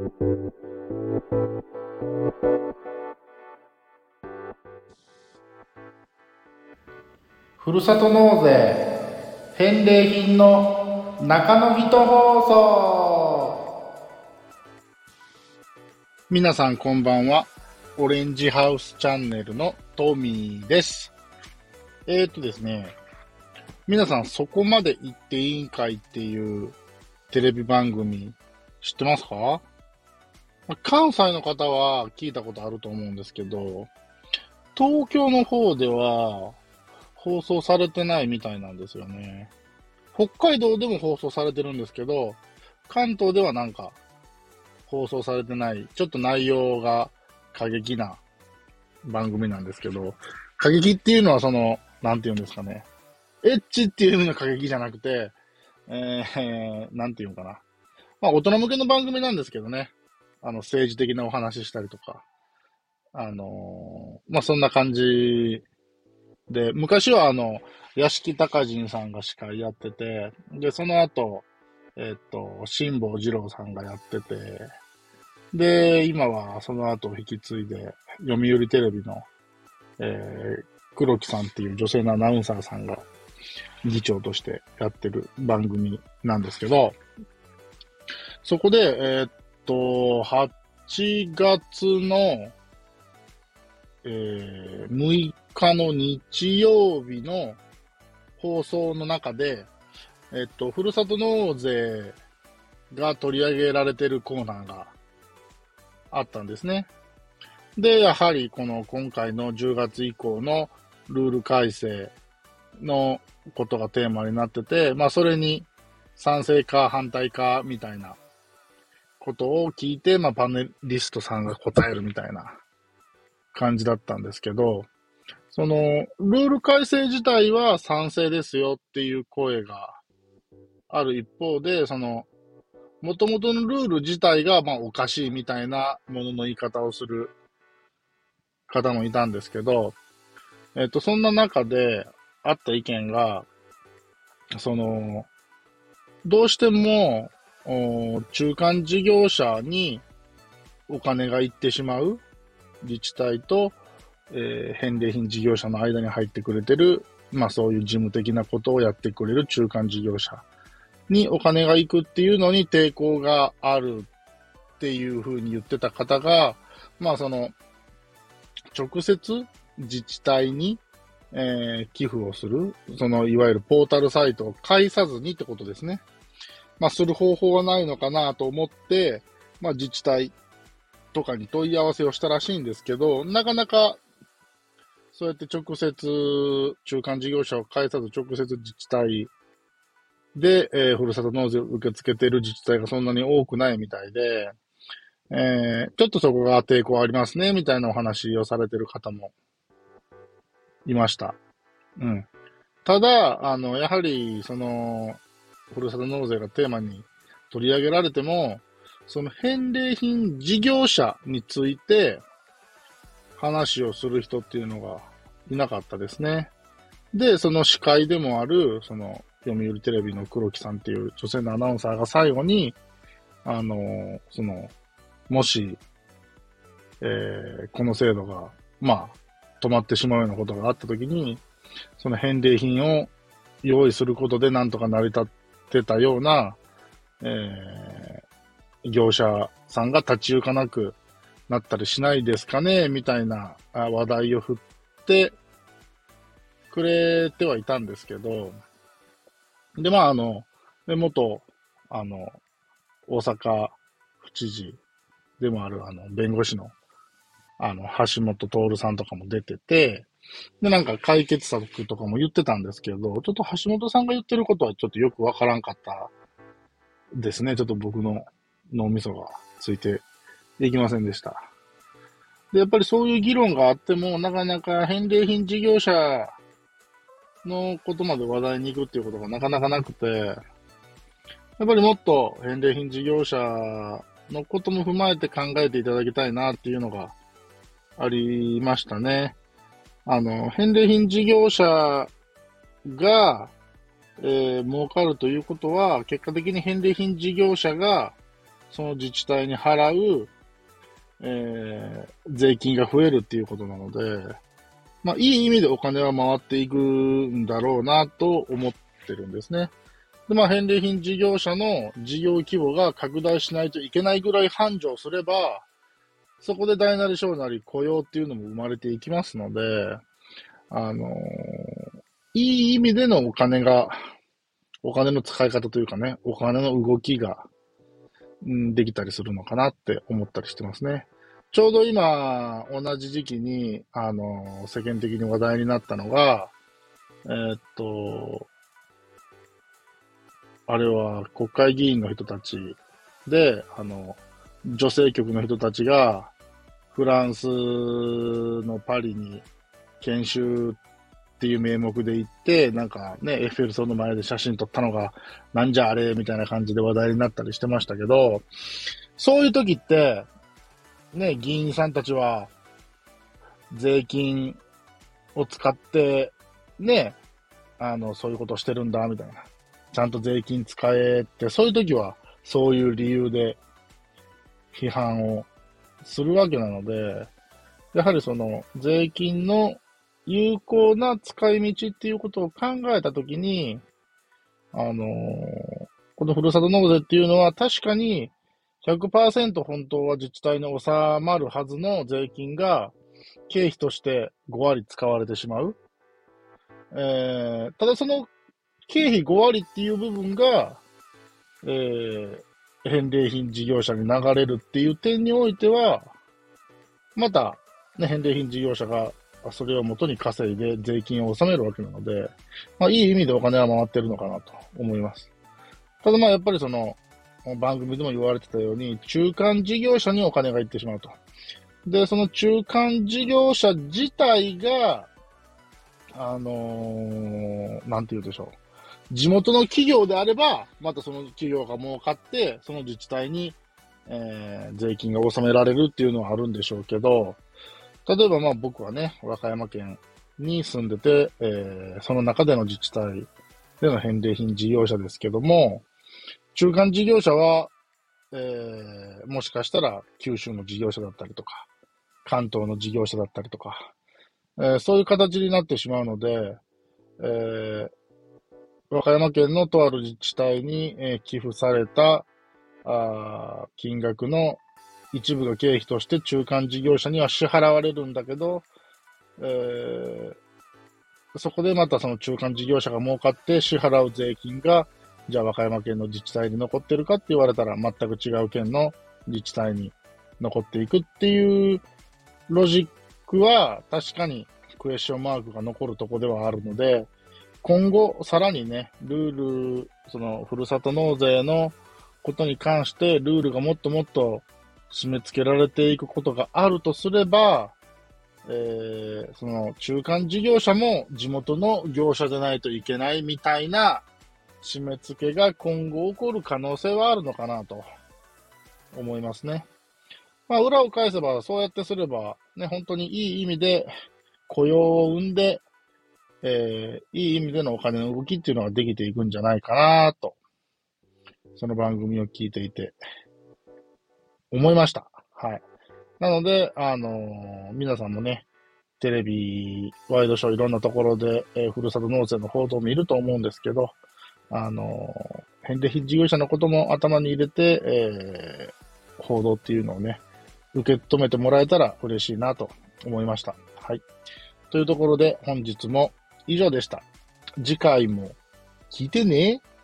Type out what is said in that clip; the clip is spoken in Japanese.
ふるさと納税返礼品の中の人放送。皆さんこんばんは。オレンジハウスチャンネルのトミーです。ですね、皆さんそこまで言っていいんかいっていうテレビ番組知ってますか？関西の方は聞いたことあると思うんですけど、東京の方では放送されてないみたいなんですよね。北海道でも放送されてるんですけど、関東ではなんか放送されてない、ちょっと内容が過激な番組なんですけど、過激っていうのはなんていうんですかね。エッチっていう意味の過激じゃなくて、なんていうんかな。まあ大人向けの番組なんですけどね。政治的なお話ししたりとか。まあそんな感じで、昔は屋敷隆人さんが司会やってて、で、その後、辛坊治郎さんがやってて、で、今はその後を引き継いで、読売テレビの、黒木さんっていう女性のアナウンサーさんが議長としてやってる番組なんですけど、そこで、8月の、6日の日曜日の放送の中で、ふるさと納税が取り上げられてるコーナーがあったんですね。で、やはり今回の10月以降のルール改正のことがテーマになってて、まあそれに賛成か反対かみたいなことを聞いて、まあパネリストさんが答えるみたいな感じだったんですけど、ルール改正自体は賛成ですよっていう声がある一方で、元々のルール自体がまあおかしいみたいなものの言い方をする方もいたんですけど、そんな中であった意見が、どうしても、中間事業者にお金が行ってしまう自治体と、返礼品事業者の間に入ってくれてる、まあそういう事務的なことをやってくれる中間事業者にお金が行くっていうのに抵抗があるっていうふうに言ってた方が、まあ直接自治体に、寄付をする、いわゆるポータルサイトを介さずにってことですね。まあする方法はないのかなと思って、まあ自治体とかに問い合わせをしたらしいんですけど、なかなかそうやって直接、中間事業者を介さず直接自治体で、ふるさと納税を受け付けている自治体がそんなに多くないみたいで、ちょっとそこが抵抗ありますね、みたいなお話をされている方もいました。うん。ただ、やはり、ふるさと納税がテーマに取り上げられても、その返礼品事業者について話をする人っていうのがいなかったですね。で、その司会でもある、読売テレビの黒木さんっていう女性のアナウンサーが最後に、もし、この制度が、まあ、止まってしまうようなことがあったときに、その返礼品を用意することでなんとか成り立ってたような、業者さんが立ち行かなくなったりしないですかね、みたいな話題を振ってくれてはいたんですけど、で、まあ、元、大阪府知事でもある、弁護士の、橋本徹さんとかも出てて、で、なんか解決策とかも言ってたんですけど、ちょっと橋本さんが言ってることはちょっとよくわからんかったですね。ちょっと僕の脳みそがついていきませんでした。で、やっぱりそういう議論があっても、なかなか返礼品事業者のことまで話題に行くっていうことがなかなかなくて、やっぱりもっと返礼品事業者のことも踏まえて考えていただきたいなっていうのがありましたね。返礼品事業者が、儲かるということは、結果的に返礼品事業者がその自治体に払う、税金が増えるっていうことなので、まあ、いい意味でお金は回っていくんだろうなと思ってるんですね。で、まあ、返礼品事業者の事業規模が拡大しないといけないぐらい繁盛すれば、そこで大なり小なり雇用っていうのも生まれていきますので、あのいい意味でのお金の使い方というかね、お金の動きが、できたりするのかなって思ったりしてますね。ちょうど今、同じ時期に、世間的に話題になったのが、えーっと、あれは国会議員の人たちで、女性局の人たちが、フランスのパリに研修っていう名目で行って、なんかね、エッフェル塔の前で写真撮ったのが、なんじゃあれみたいな感じで話題になったりしてましたけど、そういう時って、ね、議員さんたちは、税金を使って、ね、そういうことをしてるんだ、みたいな。ちゃんと税金使えって、そういう時は、そういう理由で批判をするわけなので、やはりその、税金の有効な使い道っていうことを考えたときに、このふるさと納税っていうのは確かに100% 本当は自治体に収まるはずの税金が経費として5割使われてしまう。ただその経費5割っていう部分が、返礼品事業者に流れるっていう点においては、また、ね、返礼品事業者がそれを元に稼いで税金を納めるわけなので、まあ、いい意味でお金は回ってるのかなと思います。ただまあやっぱりその、番組でも言われてたように、中間事業者にお金が行ってしまうと。で、その中間事業者自体が、なんて言うでしょう。地元の企業であれば、またその企業が儲かって、その自治体に、税金が納められるっていうのはあるんでしょうけど、例えばまあ僕はね、和歌山県に住んでて、その中での自治体での返礼品事業者ですけども、中間事業者は、もしかしたら九州の事業者だったりとか、関東の事業者だったりとか、そういう形になってしまうので、和歌山県のとある自治体に、寄付された金額の一部が経費として中間事業者には支払われるんだけど、そこでまたその中間事業者が儲かって支払う税金が、じゃあ和歌山県の自治体に残ってるかって言われたら全く違う県の自治体に残っていくっていうロジックは確かにクエスチョンマークが残るとこではあるので、今後さらにね、ルール、そのふるさと納税のことに関してルールがもっともっと締め付けられていくことがあるとすれば、その中間事業者も地元の業者でないといけないみたいな締め付けが今後起こる可能性はあるのかなと思いますね。まあ裏を返せばそうやってすればね、本当にいい意味で雇用を生んで、いい意味でのお金の動きっていうのができていくんじゃないかなと、その番組を聞いていて思いました。はい。なので、皆さんもね、テレビ、ワイドショーいろんなところで、ふるさと納税の報道を見ると思うんですけど、返礼品事業者のことも頭に入れて、報道っていうのをね、受け止めてもらえたら嬉しいなと思いました。はい。というところで本日も以上でした。次回も聞いてね。